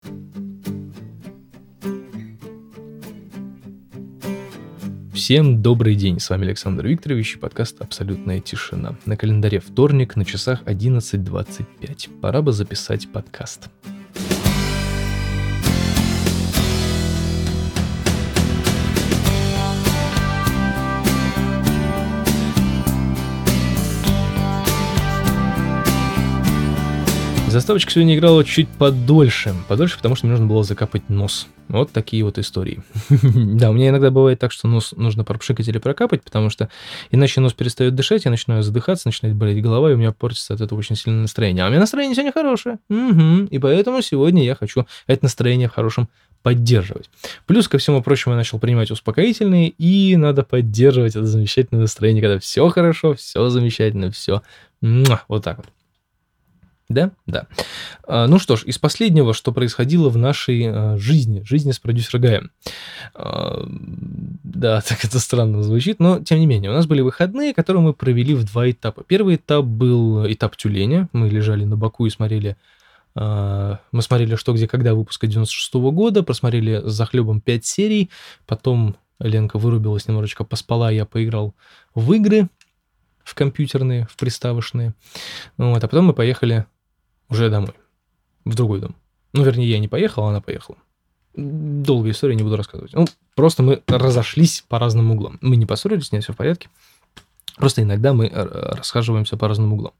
Всем добрый день, с вами Александр Викторович и подкаст «Абсолютная тишина». На календаре вторник, на часах 11:25. Пора бы записать подкаст. Заставочка сегодня играла чуть подольше, потому что мне нужно было закапать нос. Вот такие вот истории. Да, у меня иногда бывает так, что нос нужно пропшикать или прокапать, потому что иначе нос перестает дышать, я начинаю задыхаться, начинает болеть голова, и у меня портится от этого очень сильное настроение. А у меня настроение сегодня хорошее. И поэтому сегодня я хочу это настроение в хорошем поддерживать. Плюс, ко всему прочему, я начал принимать успокоительные, и надо поддерживать это замечательное настроение, когда все хорошо, все замечательно, все вот так вот. Да. Ну что ж, из последнего, что происходило в нашей жизни с продюсер Гаем. Да, так это странно звучит, но тем не менее, у нас были выходные, которые мы провели в 2 этапа. Первый этап был этап тюленя. Мы лежали на боку и смотрели, что, где, когда выпуска 96-го года, просмотрели с захлебом 5 серий, потом Ленка вырубилась, немножечко поспала, я поиграл в игры, в компьютерные, в приставочные. Вот, а потом мы поехали уже домой, в другой дом. Ну, вернее, я не поехал, а она поехала. Долгая история, не буду рассказывать. Ну, просто мы разошлись по разным углам. Мы не поссорились, нет, все в порядке. Просто иногда мы расхаживаемся по разным углам.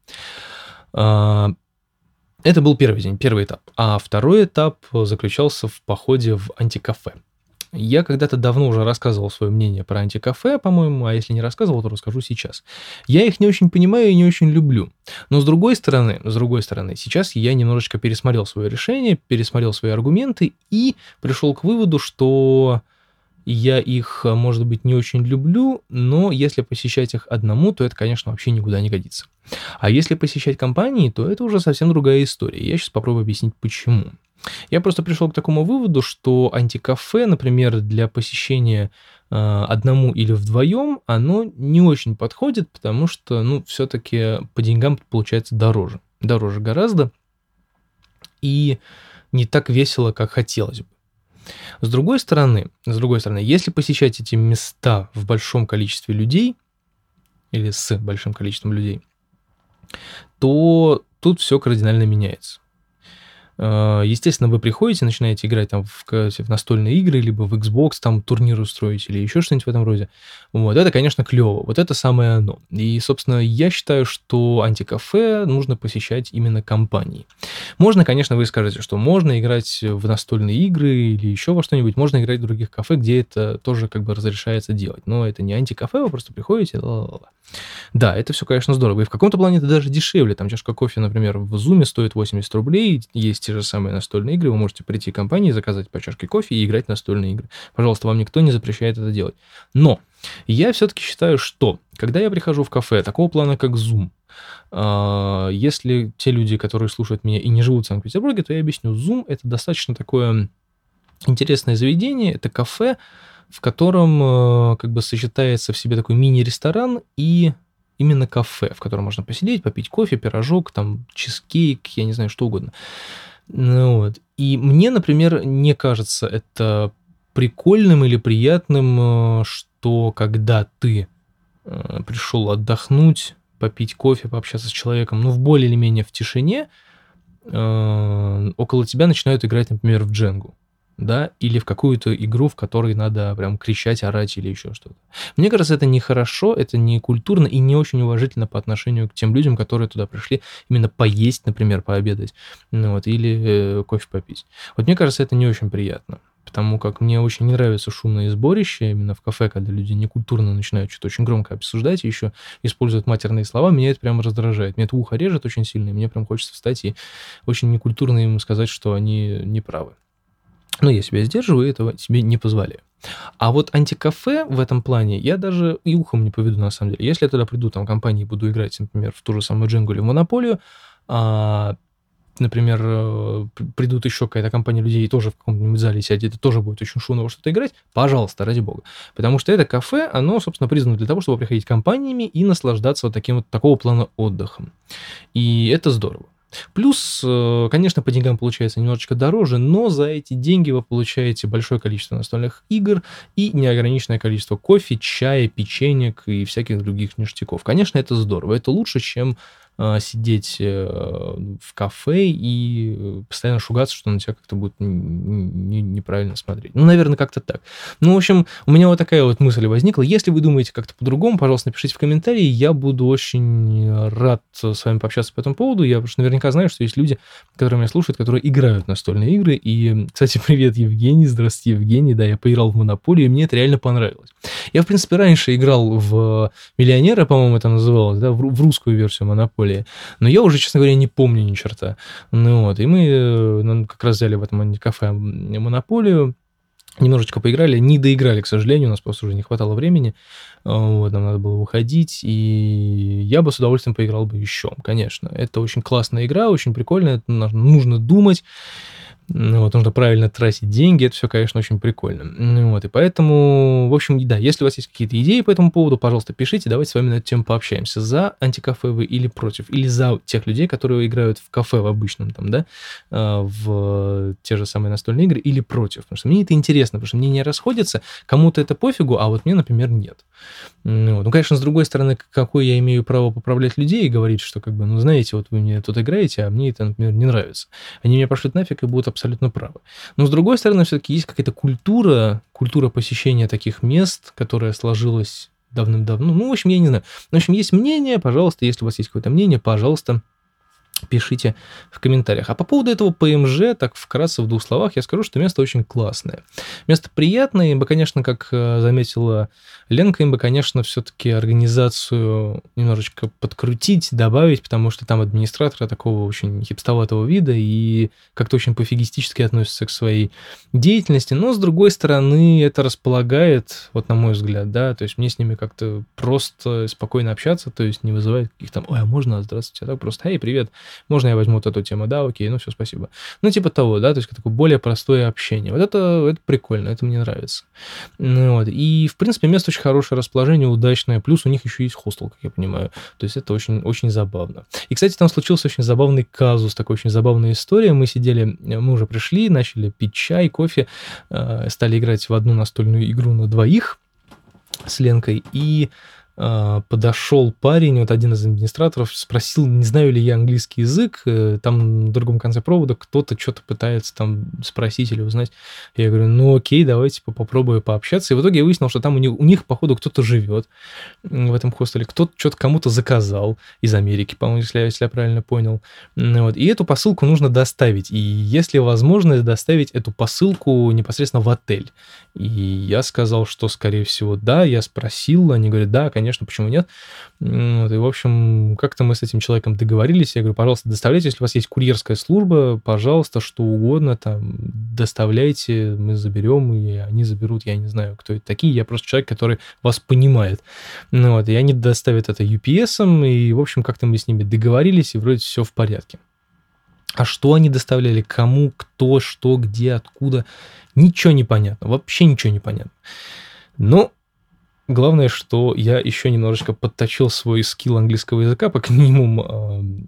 Это был первый день, первый этап. А второй этап заключался в походе в антикафе. Я когда-то давно уже рассказывал свое мнение про антикафе, по-моему, а если не рассказывал, то расскажу сейчас. Я их не очень понимаю и не очень люблю. Но с другой стороны, сейчас я немножечко пересмотрел свое решение, пересмотрел свои аргументы и пришел к выводу, что я их, может быть, не очень люблю, но если посещать их одному, то это, конечно, вообще никуда не годится. А если посещать компании, то это уже совсем другая история. Я сейчас попробую объяснить, почему. Я просто пришел к такому выводу, что антикафе, например, для посещения одному или вдвоем, оно не очень подходит, потому что, все-таки по деньгам получается дороже. Дороже гораздо и не так весело, как хотелось бы. С другой стороны, если посещать эти места в большом количестве людей, или с большим количеством людей, то тут все кардинально меняется. Естественно, вы приходите, начинаете играть там в настольные игры, либо в Xbox, там турнир устроить или еще что-нибудь в этом роде. Вот это, конечно, клево. Вот это самое оно. И, собственно, я считаю, что антикафе нужно посещать именно компанией. Можно, конечно, вы скажете, что можно играть в настольные игры или еще во что-нибудь, можно играть в других кафе, где это тоже как бы разрешается делать. Но это не антикафе, вы просто приходите, Да, это все, конечно, здорово. И в каком-то плане это даже дешевле. Там чашка кофе, например, в Zoom стоит 80 рублей, есть те же самые настольные игры, вы можете прийти к компании, заказать по чашке кофе и играть в настольные игры. Пожалуйста, вам никто не запрещает это делать. Но я все-таки считаю, что когда я прихожу в кафе такого плана, как Zoom, если те люди, которые слушают меня и не живут в Санкт-Петербурге, то я объясню. Zoom — это достаточно такое интересное заведение, это кафе, в котором как бы сочетается в себе такой мини-ресторан и именно кафе, в котором можно посидеть, попить кофе, пирожок, там, чизкейк, я не знаю, что угодно. Вот. И мне, например, не кажется это прикольным или приятным, что когда ты пришел отдохнуть, попить кофе, пообщаться с человеком, в более или менее в тишине, около тебя начинают играть, например, в Дженгу. Да, или в какую-то игру, в которой надо прям кричать, орать или еще что-то. Мне кажется, это нехорошо, это не культурно и не очень уважительно по отношению к тем людям, которые туда пришли именно поесть, например, пообедать, или кофе попить. Вот мне кажется, это не очень приятно, потому как мне очень не нравится шумное сборище именно в кафе, когда люди некультурно начинают что-то очень громко обсуждать и еще используют матерные слова, меня это прям раздражает. Мне это ухо режет очень сильно, и мне прям хочется встать и очень некультурно им сказать, что они неправы. Но я себя сдерживаю и этого себе не позволяю. А вот антикафе в этом плане я даже и ухом не поведу, на самом деле. Если я туда приду, там, компании буду играть, например, в ту же самую Дженгу или в Монополию, например, придут еще какая-то компания людей, тоже в каком-нибудь зале сядет, и тоже будет очень шумно во что-то играть, пожалуйста, ради бога. Потому что это кафе, оно, собственно, признано для того, чтобы приходить компаниями и наслаждаться вот таким вот такого плана отдыхом. И это здорово. Плюс, конечно, по деньгам получается немножечко дороже, но за эти деньги вы получаете большое количество настольных игр и неограниченное количество кофе, чая, печенек и всяких других ништяков. Конечно, это здорово. Это лучше, чем сидеть в кафе и постоянно шугаться, что на тебя как-то будет неправильно смотреть. Ну, наверное, как-то так. Ну, в общем, у меня вот такая вот мысль возникла. Если вы думаете как-то по-другому, пожалуйста, напишите в комментарии. Я буду очень рад с вами пообщаться по этому поводу. Я просто наверняка знаю, что есть люди, которые меня слушают, которые играют в настольные игры. И, кстати, привет, Евгений. Здравствуйте, Евгений. Да, я поиграл в Монополию, и мне это реально понравилось. Я, в принципе, раньше играл в Миллионера, по-моему, это называлось, да, в русскую версию Монополии. Но я уже, честно говоря, не помню ни черта. Ну вот, и мы как раз взяли в этом кафе Монополию, немножечко поиграли, не доиграли, к сожалению, у нас просто уже не хватало времени, вот, нам надо было выходить, и я бы с удовольствием поиграл бы еще, конечно. Это очень классная игра, очень прикольная, это нужно думать, вот, нужно правильно тратить деньги, это все, конечно, очень прикольно. Вот, и поэтому, в общем, да, если у вас есть какие-то идеи по этому поводу, пожалуйста, пишите, давайте с вами на эту тему пообщаемся. За антикафе вы или против, или за тех людей, которые играют в кафе в обычном, там, да, в те же самые настольные игры, или против. Потому что мне это интересно, потому что мнения расходятся, кому-то это пофигу, а вот мне, например, нет. Вот. Ну, конечно, с другой стороны, какое я имею право поправлять людей и говорить, что, как бы, ну, знаете, вот вы мне тут играете, а мне это, например, не нравится. Они меня пошлют нафиг и будут абсолютно правы. Но, с другой стороны, все-таки есть какая-то культура посещения таких мест, которая сложилась давным-давно. Ну, в общем, я не знаю. В общем, есть мнение, пожалуйста, если у вас есть какое-то мнение, пожалуйста, пишите в комментариях. А по поводу этого ПМЖ, так вкратце в двух словах, я скажу, что место очень классное. Место приятное, им бы, конечно, как заметила Ленка, им бы, конечно, все-таки организацию немножечко подкрутить, добавить, потому что там администратора такого очень хипстоватого вида и как-то очень пофигистически относятся к своей деятельности. Но, с другой стороны, это располагает, вот на мой взгляд, да, то есть мне с ними как-то просто спокойно общаться, то есть не вызывает каких-то, ой, а можно, здравствуйте, а так просто, эй, привет, можно я возьму вот эту тему? Да, окей, ну все, спасибо. Ну, типа того, да, то есть такое более простое общение. Вот это прикольно, это мне нравится. Ну, вот. И, в принципе, место очень хорошее, расположение удачное, плюс у них еще есть хостел, как я понимаю. То есть это очень, очень забавно. И, кстати, там случился очень забавный казус, такая очень забавная история. Мы сидели, мы уже пришли, начали пить чай, кофе, стали играть в одну настольную игру на двоих с Ленкой, и подошел парень, вот один из администраторов, спросил, не знаю ли я английский язык, там на другом конце провода кто-то что-то пытается там спросить или узнать. Я говорю, ну окей, давайте попробую пообщаться. И в итоге я выяснил, что там у них походу, кто-то живет в этом хостеле, кто-то что-то кому-то заказал из Америки, по-моему, если я правильно понял. Вот. И эту посылку нужно доставить. И если возможно, доставить эту посылку непосредственно в отель. И я сказал, что, скорее всего, да. Я спросил, они говорят, да, конечно, почему нет. Вот, и, в общем, как-то мы с этим человеком договорились. Я говорю, пожалуйста, доставляйте, если у вас есть курьерская служба, пожалуйста, что угодно, там, доставляйте, мы заберем, и они заберут, я не знаю, кто это такие, я просто человек, который вас понимает. Ну, вот, и они доставят это UPS-ом, и, в общем, как-то мы с ними договорились, и вроде все в порядке. А что они доставляли, кому, кто, что, где, откуда, ничего не понятно, вообще ничего не понятно. Но главное, что я еще немножечко подточил свой скилл английского языка, как минимум,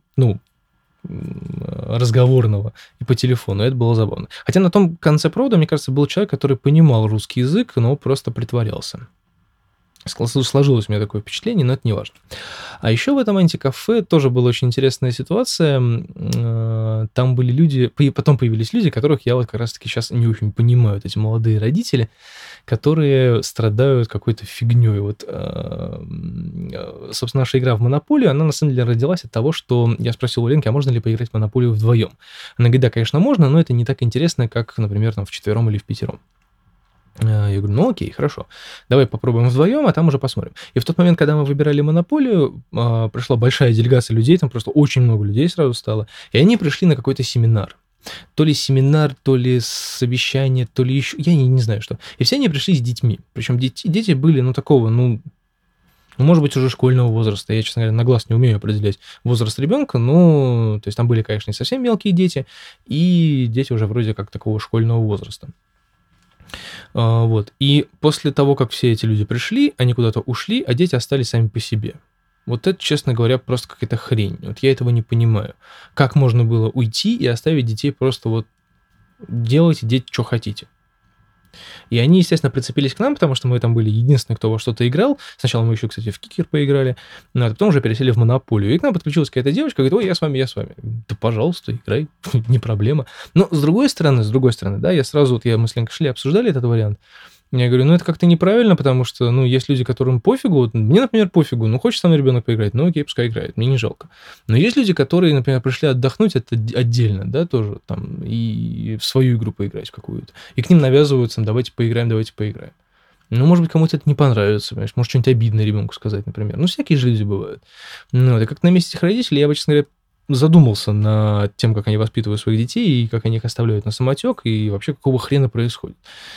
разговорного и по телефону. Это было забавно. Хотя на том конце провода, мне кажется, был человек, который понимал русский язык, но просто притворялся. Сложилось у меня такое впечатление, но это не важно. А еще в этом антикафе тоже была очень интересная ситуация. Там были люди, потом появились люди, которых я вот как раз-таки сейчас не очень понимаю, вот эти молодые родители, которые страдают какой-то фигней. Вот, собственно, наша игра в Монополию, она на самом деле родилась от того, что я спросил у Ленки, а можно ли поиграть в Монополию вдвоем? Она говорит, да, конечно, можно, но это не так интересно, как, например, там, вчетвером или впятером. Я говорю, ну окей, хорошо, давай попробуем вдвоем, а там уже посмотрим. И в тот момент, когда мы выбирали Монополию, пришла большая делегация людей, там просто очень много людей сразу стало, и они пришли на какой-то семинар. То ли семинар, то ли совещание, то ли еще, я не знаю что. И все они пришли с детьми, причем дети были, может быть, уже школьного возраста. Я, честно говоря, на глаз не умею определять возраст ребенка, но, то есть там были, конечно, не совсем мелкие дети, и дети уже вроде как такого школьного возраста. Вот. И после того, как все эти люди пришли, они куда-то ушли, а дети остались сами по себе. Вот это, честно говоря, просто какая-то хрень. Вот я этого не понимаю. Как можно было уйти и оставить детей просто вот делайте, дети, что хотите. И они, естественно, прицепились к нам, потому что мы там были единственные, кто во что-то играл. Сначала мы еще, кстати, в Кикер поиграли, а потом уже пересели в Монополию. И к нам подключилась какая-то девочка, говорит: ой, я с вами. Да, пожалуйста, играй, не проблема. Но с другой стороны, да, мы с Ленкой шли, обсуждали этот вариант. Я говорю, это как-то неправильно, потому что, есть люди, которым пофигу. Вот мне, например, пофигу. Хочет со мной ребенок поиграть, окей, пускай играет, мне не жалко. Но есть люди, которые, например, пришли отдохнуть, это отдельно, да, тоже там, и в свою игру поиграть какую-то. И к ним навязываются, давайте поиграем. Может быть, кому-то это не понравится, понимаешь? Может, что-нибудь обидное ребенку сказать, например. Всякие же люди бывают. И как на месте этих родителей, я бы, честно говоря, задумался над тем, как они воспитывают своих детей, и как они их оставляют на самотек, и вообще какого хрена происходит.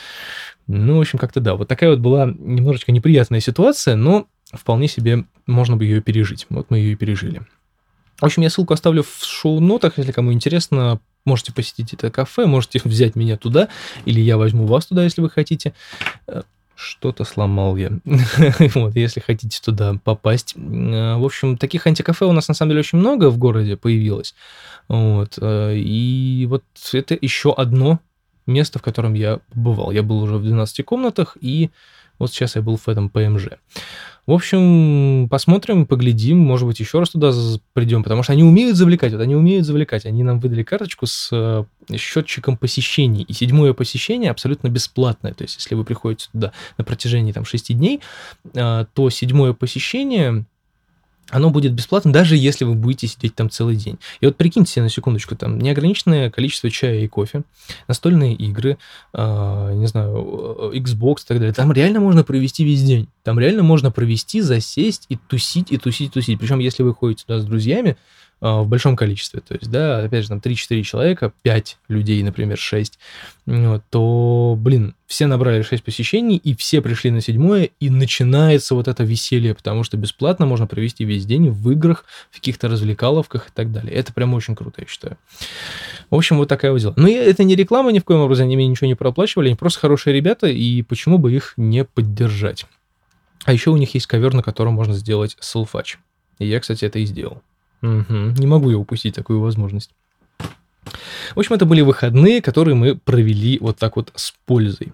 В общем, как-то да. Вот такая вот была немножечко неприятная ситуация, но вполне себе можно бы ее пережить. Вот мы ее и пережили. В общем, я ссылку оставлю в шоу-нотах, если кому интересно, можете посетить это кафе, можете взять меня туда, или я возьму вас туда, если вы хотите. Что-то сломал я. Вот, если хотите туда попасть. В общем, таких антикафе у нас на самом деле очень много в городе появилось. Вот. И вот это еще одно место, в котором я побывал. Я был уже в 12 комнатах, и вот сейчас я был в этом ПМЖ. В общем, посмотрим, поглядим, может быть, еще раз туда придем, потому что они умеют завлекать. Они нам выдали карточку с счетчиком посещений, и 7-е посещение абсолютно бесплатное. То есть, если вы приходите туда на протяжении 6 дней, то 7-е посещение... оно будет бесплатно, даже если вы будете сидеть там целый день. И вот прикиньте себе на секундочку, там неограниченное количество чая и кофе, настольные игры, не знаю, Xbox и так далее. Там реально можно провести весь день. Там реально можно провести, засесть и тусить. Причем, если вы ходите туда с друзьями, в большом количестве, то есть, да, опять же, там 3-4 человека, 5 людей, например, 6, то, все набрали 6 посещений, и все пришли на 7-е, и начинается вот это веселье, потому что бесплатно можно провести весь день в играх, в каких-то развлекаловках и так далее. Это прям очень круто, я считаю. В общем, вот такая вот дело. Но это не реклама ни в коем образе, они мне ничего не проплачивали, они просто хорошие ребята, и почему бы их не поддержать? А еще у них есть ковер, на котором можно сделать селфач. И я, кстати, это и сделал. Не могу я упустить такую возможность. В общем, это были выходные, которые мы провели вот так вот с пользой.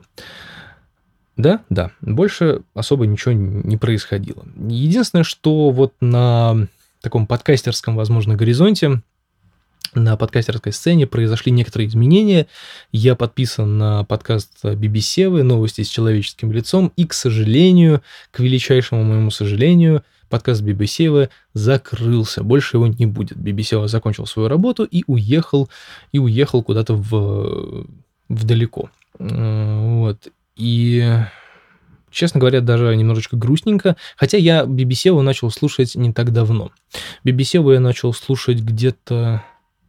Да, больше особо ничего не происходило. Единственное, что вот на таком подкастерском, возможно, горизонте, на подкастерской сцене произошли некоторые изменения. Я подписан на подкаст BBC «Новости с человеческим лицом», и, к сожалению, к величайшему моему сожалению, подкаст BBC закрылся, больше его не будет. BBC закончил свою работу и уехал куда-то вдалеко. Вот. И, честно говоря, даже немножечко грустненько, хотя я BBC начал слушать не так давно. BBC я начал слушать где-то,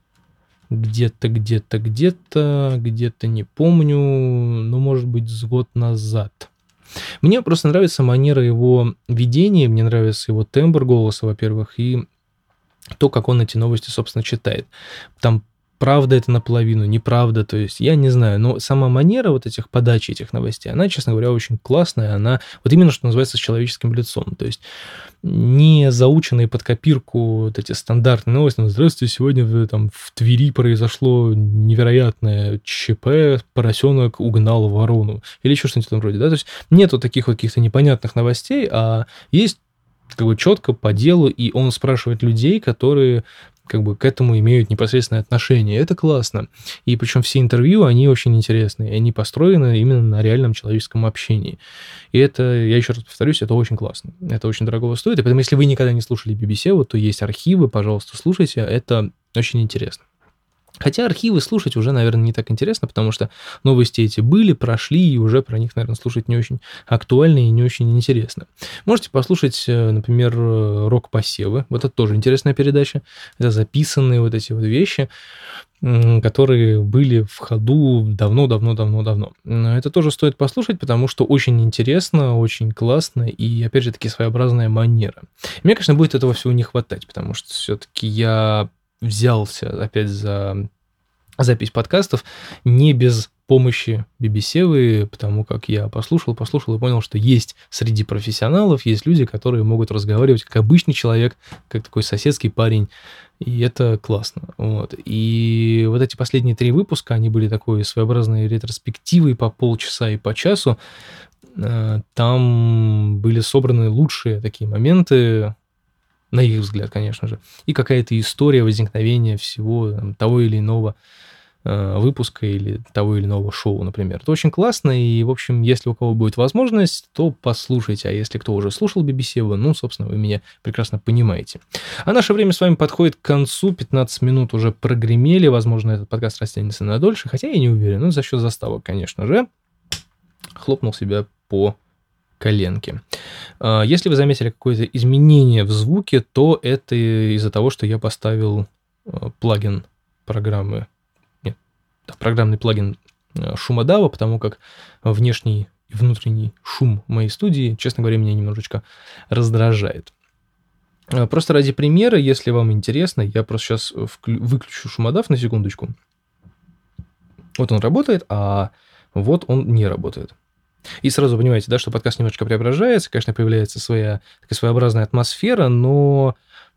не помню, но, может быть, с год назад. Мне просто нравится манера его ведения, мне нравится его тембр голоса, во-первых, и то, как он эти новости, собственно, читает. Там правда это наполовину, неправда, то есть я не знаю, но сама манера вот этих подачи этих новостей, она, честно говоря, очень классная, она вот именно, что называется, с человеческим лицом, то есть не заученные под копирку вот эти стандартные новости, здравствуйте, сегодня в Твери произошло невероятное ЧП, поросенок угнал ворону, или еще что-нибудь в этом роде, да, то есть нету таких вот каких-то непонятных новостей, а есть как бы четко по делу, и он спрашивает людей, которые как бы к этому имеют непосредственное отношение. Это классно. И причем все интервью, они очень интересные. Они построены именно на реальном человеческом общении. И это, я еще раз повторюсь, это очень классно. Это очень дорого стоит. И поэтому, если вы никогда не слушали BBC, то есть архивы, пожалуйста, слушайте. Это очень интересно. Хотя архивы слушать уже, наверное, не так интересно, потому что новости эти были, прошли, и уже про них, наверное, слушать не очень актуально и не очень интересно. Можете послушать, например, «Рок-посевы». Вот это тоже интересная передача. Это записанные вот эти вот вещи, которые были в ходу давно. Это тоже стоит послушать, потому что очень интересно, очень классно и, опять же, таки своеобразная манера. Мне, конечно, будет этого всего не хватать, потому что все-таки я взялся опять за запись подкастов не без помощи BBC, потому как я послушал и понял, что есть среди профессионалов, есть люди, которые могут разговаривать как обычный человек, как такой соседский парень, и это классно. Вот. И вот эти последние 3 выпуска, они были такой своеобразной ретроспективой по полчаса и по часу. Там были собраны лучшие такие моменты, на их взгляд, конечно же, и какая-то история возникновения всего того или иного выпуска или того или иного шоу, например. Это очень классно, и, в общем, если у кого будет возможность, то послушайте, а если кто уже слушал BBC, ну, собственно, вы меня прекрасно понимаете. А наше время с вами подходит к концу, 15 минут уже прогремели, возможно, этот подкаст растянется на дольше, хотя я не уверен, ну, за счет заставок, конечно же. Хлопнул себя по коленке. Если вы заметили какое-то изменение в звуке, то это из-за того, что я поставил плагин программы, программный плагин шумодава, потому как внешний и внутренний шум моей студии, честно говоря, меня немножечко раздражает. Просто ради примера, если вам интересно, я просто сейчас выключу шумодав на секундочку. Вот он работает, а вот он не работает. И сразу понимаете, да, что подкаст немножечко преображается, конечно, появляется своя такая своеобразная атмосфера, но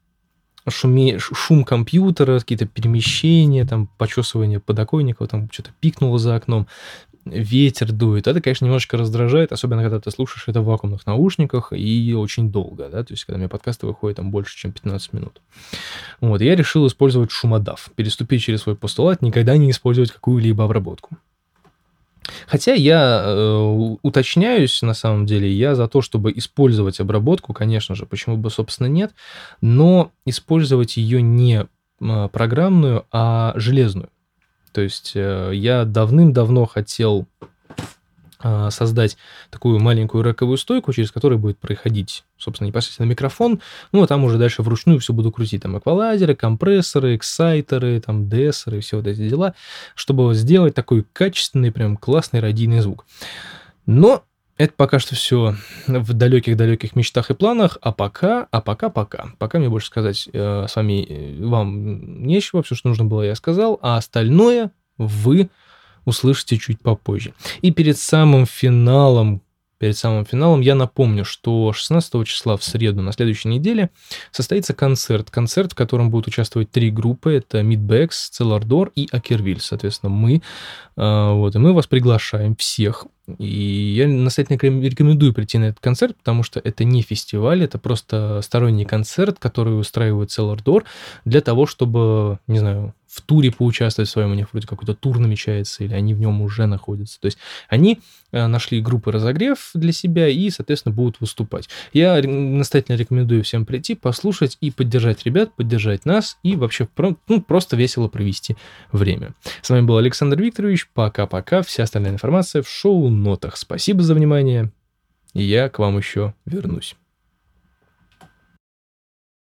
шум компьютера, какие-то перемещения, там, почесывание подоконников, там что-то пикнуло за окном, ветер дует. Это, конечно, немножечко раздражает, особенно когда ты слушаешь это в вакуумных наушниках и очень долго, да, то есть когда у меня подкасты выходят там больше, чем 15 минут. Вот, я решил использовать шумодав, переступить через свой постулат, никогда не использовать какую-либо обработку. Хотя я уточняюсь, на самом деле, я за то, чтобы использовать обработку, конечно же, почему бы, собственно, нет, но использовать ее не программную, а железную. То есть я давным-давно хотел создать такую маленькую рэковую стойку, через которую будет проходить, собственно, непосредственно микрофон, ну, а там уже дальше вручную все буду крутить, там, эквалайзеры, компрессоры, эксайтеры, там, дессеры, все вот эти дела, чтобы сделать такой качественный, прям классный радийный звук. Но это пока что все в далеких-далеких мечтах и планах, а пока мне больше сказать с вами, вам нечего, все, что нужно было, я сказал, а остальное вы услышите чуть попозже. И перед самым финалом я напомню, что 16 числа в среду на следующей неделе состоится концерт, в котором будут участвовать 3 группы, это Meatbags, Cellar Door и Акервиль, соответственно, мы. Вот, и мы вас приглашаем всех. И я настоятельно рекомендую прийти на этот концерт, потому что это не фестиваль, это просто сторонний концерт, который устраивает Cellar Door для того, чтобы, не знаю, в туре поучаствовать в своем, у них вроде какой-то тур намечается, или они в нем уже находятся. То есть они нашли группы разогрев для себя и, соответственно, будут выступать. Я настоятельно рекомендую всем прийти, послушать и поддержать ребят, поддержать нас и вообще просто весело провести время. С вами был Александр Викторович. Пока-пока. Вся остальная информация в шоу-нотах. Спасибо за внимание. И я к вам еще вернусь.